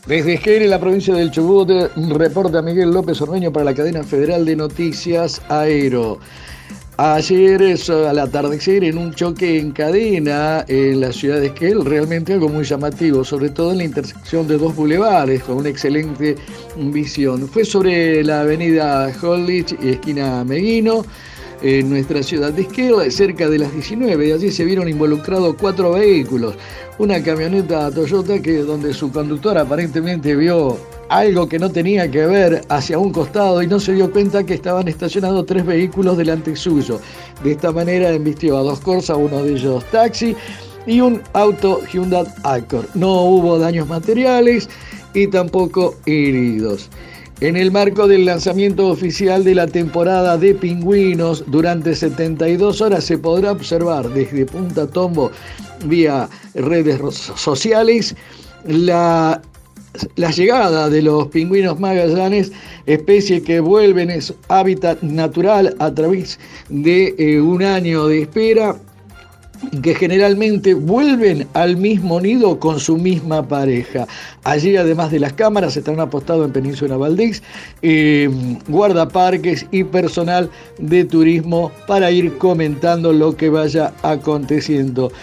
Desde Esquel, en la provincia del Chubut, reporta Miguel López Ormeño para la cadena federal de noticias Aero. Ayer al atardecer, en un choque en cadena en la ciudad de Esquel, realmente algo muy llamativo, sobre todo en la intersección de dos bulevares con una excelente visión. Fue sobre la avenida Hollich y esquina Meguino, en nuestra ciudad de Esquel, cerca de las 19, y allí se vieron involucrados 4 vehículos. Una camioneta Toyota donde su conductor aparentemente vio algo que no tenía que ver hacia un costado y no se dio cuenta que estaban estacionados 3 vehículos delante suyo. De esta manera embistió a 2 Corsa, uno de ellos taxi, y un auto Hyundai Accord. No hubo daños materiales y tampoco heridos. En el marco del lanzamiento oficial de la temporada de pingüinos, durante 72 horas se podrá observar desde Punta Tombo, vía redes sociales, la llegada de los pingüinos magallanes, especie que vuelven en su hábitat natural a través de un año de espera, que generalmente vuelven al mismo nido con su misma pareja. Allí, además de las cámaras, estarán apostados en Península Valdés guardaparques y personal de turismo para ir comentando lo que vaya aconteciendo.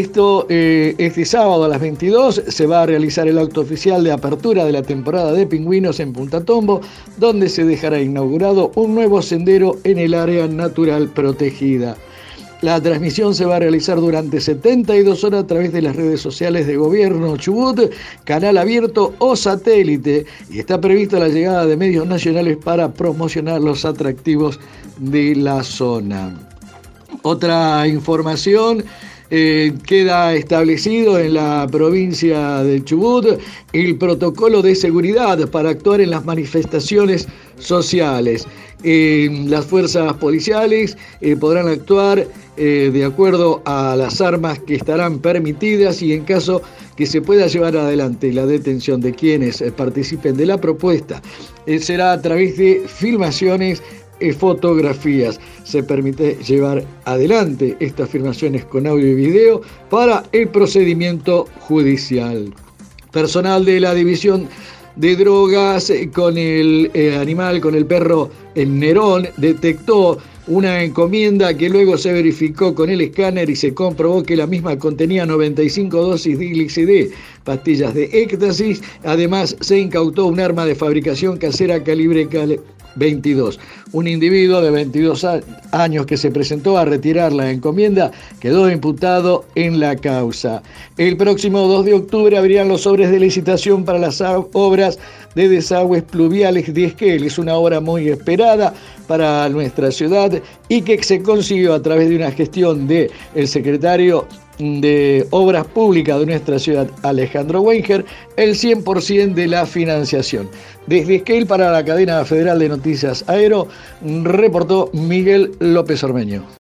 Este sábado a las 22 se va a realizar el acto oficial de apertura de la temporada de pingüinos en Punta Tombo, donde se dejará inaugurado un nuevo sendero en el área natural protegida. La transmisión se va a realizar durante 72 horas a través de las redes sociales de Gobierno Chubut, canal abierto o satélite, y está prevista la llegada de medios nacionales para promocionar los atractivos de la zona. Otra información. Queda establecido en la provincia del Chubut el protocolo de seguridad para actuar en las manifestaciones sociales. Las fuerzas policiales podrán actuar de acuerdo a las armas que estarán permitidas, y en caso que se pueda llevar adelante la detención de quienes participen de la propuesta, será a través de filmaciones, fotografías. Se permite llevar adelante estas filmaciones con audio y video para el procedimiento judicial. Personal de la división de drogas con el perro el Nerón, detectó una encomienda que luego se verificó con el escáner y se comprobó que la misma contenía 95 dosis de LSD, pastillas de éxtasis. Además, se incautó un arma de fabricación casera calibre 22. Un individuo de 22 años que se presentó a retirar la encomienda quedó imputado en la causa. El próximo 2 de octubre abrirán los sobres de licitación para las obras de desagües pluviales de Esquel. Es una obra muy esperada para nuestra ciudad y que se consiguió a través de una gestión del secretario de Obras Públicas de nuestra ciudad, Alejandro Wenger, el 100% de la financiación. Desde Esquel, para la cadena federal de noticias Aero, reportó Miguel López Ormeño.